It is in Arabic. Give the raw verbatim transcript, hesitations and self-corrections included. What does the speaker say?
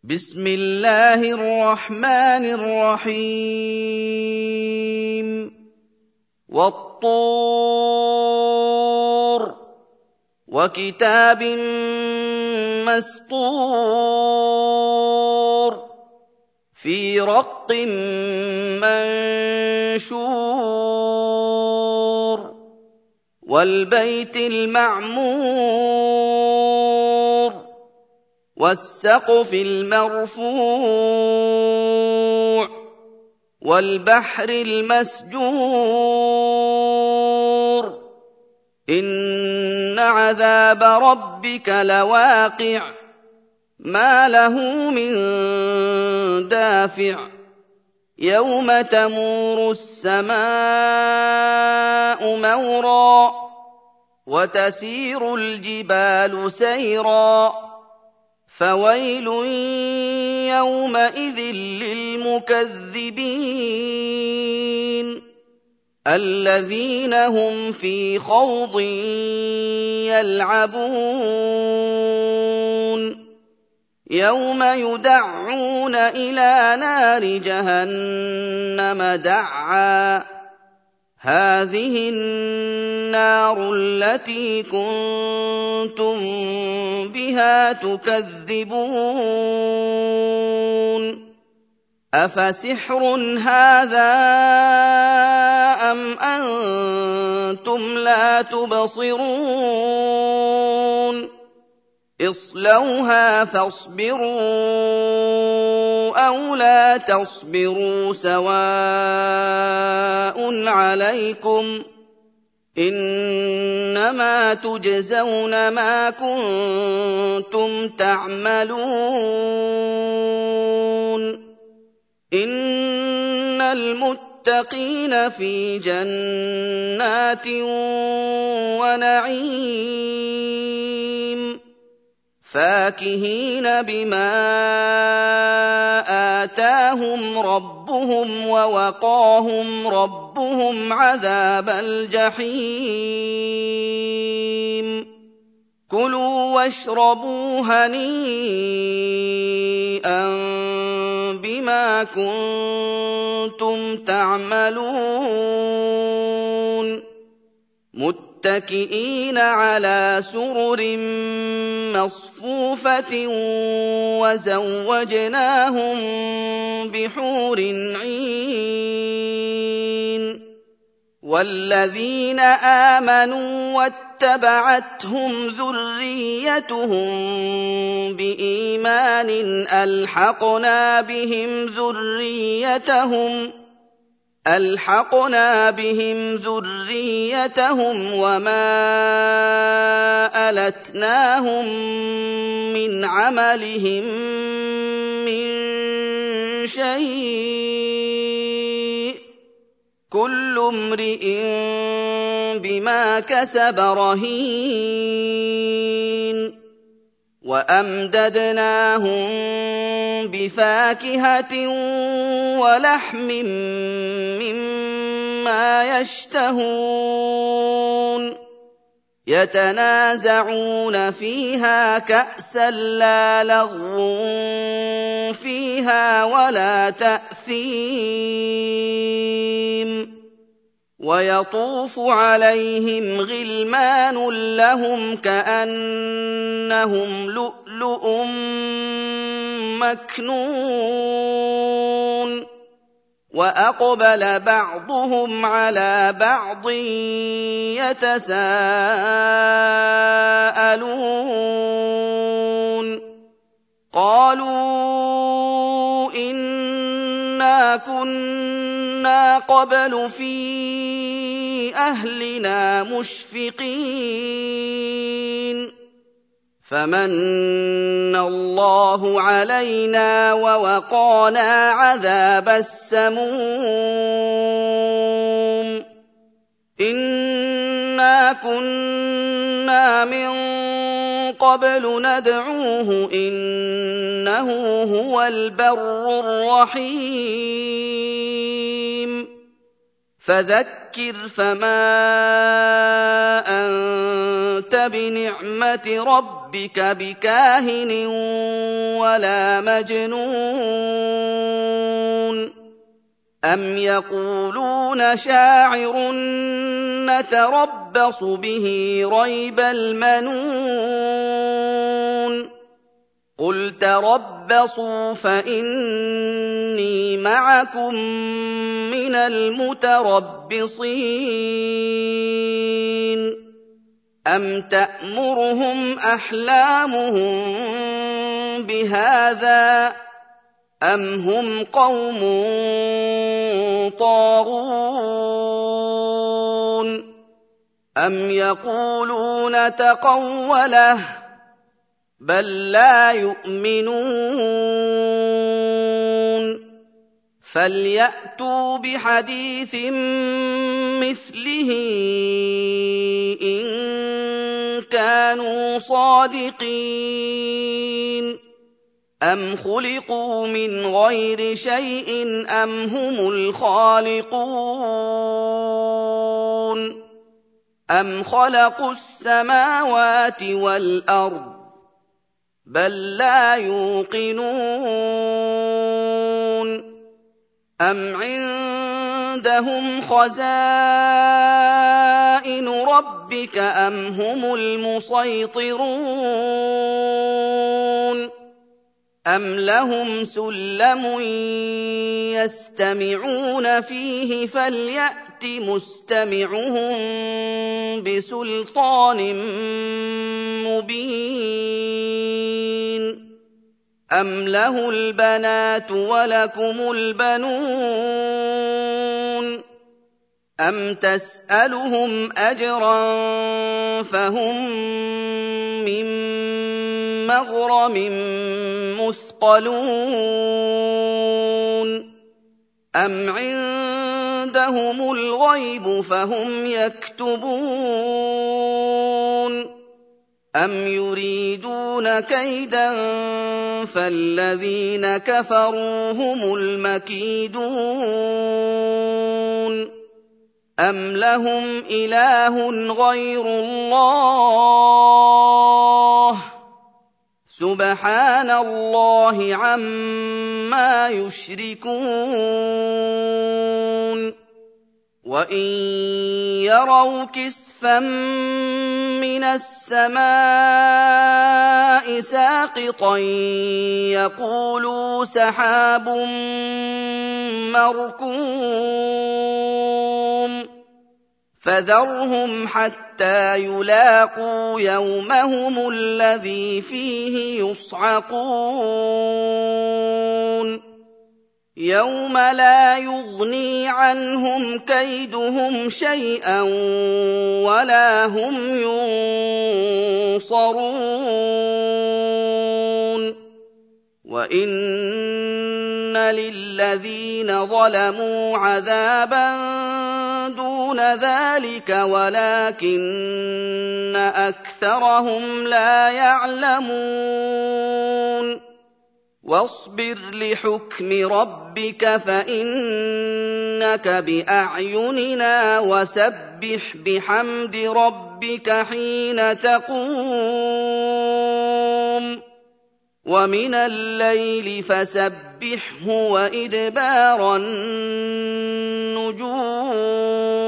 بسم الله الرحمن الرحيم والطور وكتاب مسطور في رق منشور والبيت المعمور والسقف المرفوع والبحر المسجور إن عذاب ربك لواقع ما له من دافع يوم تمور السماء مورا وتسير الجبال سيرا فويل يومئذ للمكذبين الذين هم في خوض يلعبون يوم يدعون إلى نار جهنم دعا هذه النار التي كنتم بها تكذبون أفسحر هذا أم أنتم لا تبصرون اصلوها فاصبروا أو لا تصبروا سواء عليكم إنما تجزون ما كنتم تعملون إن المتقين في جنات ونعيم فاكهين بما آتاهم ربهم ووقاهم ربهم عذاب الجحيم كلوا واشربوا هنيئا بما كنتم تعملون متكئين على سرر مصفوفة وزوجناهم بحور عين والذين آمنوا واتبعتهم ذريتهم بإيمان ألحقنا بهم ذريتهم ألحقنا بهم ذريتهم وما ألتناهم من عملهم من شيء كل امرئ بما كسب رهين وأمددناهم بفاكهة ولحم مما يشتهون يتنازعون فيها كأسا لا لغو فيها ولا تأثيم ويطوف عليهم غلمان لهم كأنهم لؤلؤ مكنون وأقبل بعضهم على بعض يتساءلون قالوا إنا كنا قبل في أهلنا مشفقين فمن الله علينا ووقانا عذاب السموم إنا كنا من قبل ندعوه إنه هو البر الرحيم فذكر فما أنت بنعمة ربك بكاهن ولا مجنون أم يقولون شاعر نتربص به ريب المنون قل تربصوا فإني معكم من المتربصين أم تأمرهم أحلامهم بهذا أم هم قوم طاغون أم يقولون تقوله بل لا يؤمنون فليأتوا بحديث مثله إن كانوا صادقين أم خلقوا من غير شيء أم هم الخالقون أم خلقوا السماوات والأرض بل لا يوقنون أم عندهم خزائن ربك أم هم المسيطرون أم لهم سلم يستمعون فيه فليأت مستمعهم بسلطان مبين أم له البنات ولكم البنون أم تسألهم أجرا فهم من مغرم مثقلون أم عندهم الغيب فهم يكتبون أم يريدون كيدا فالذين كفروا هم المكيدون أم لهم إله غير الله سبحان الله عما يشركون وإن يروا كسفا من السماء ساقطا يقولوا سحاب مركوم فذرهم حتى يلاقوا يومهم الذي فيه يصعقون يوم لا يغني عنهم كيدهم شيئا ولا هم ينصرون وإن للذين ظلموا عذابا دون ذلك ولكن أكثرهم لا يعلمون واصبر لحكم ربك فإنك بأعيننا وسبح بحمد ربك حين تقوم ومن الليل فسبحه وإدبار النجوم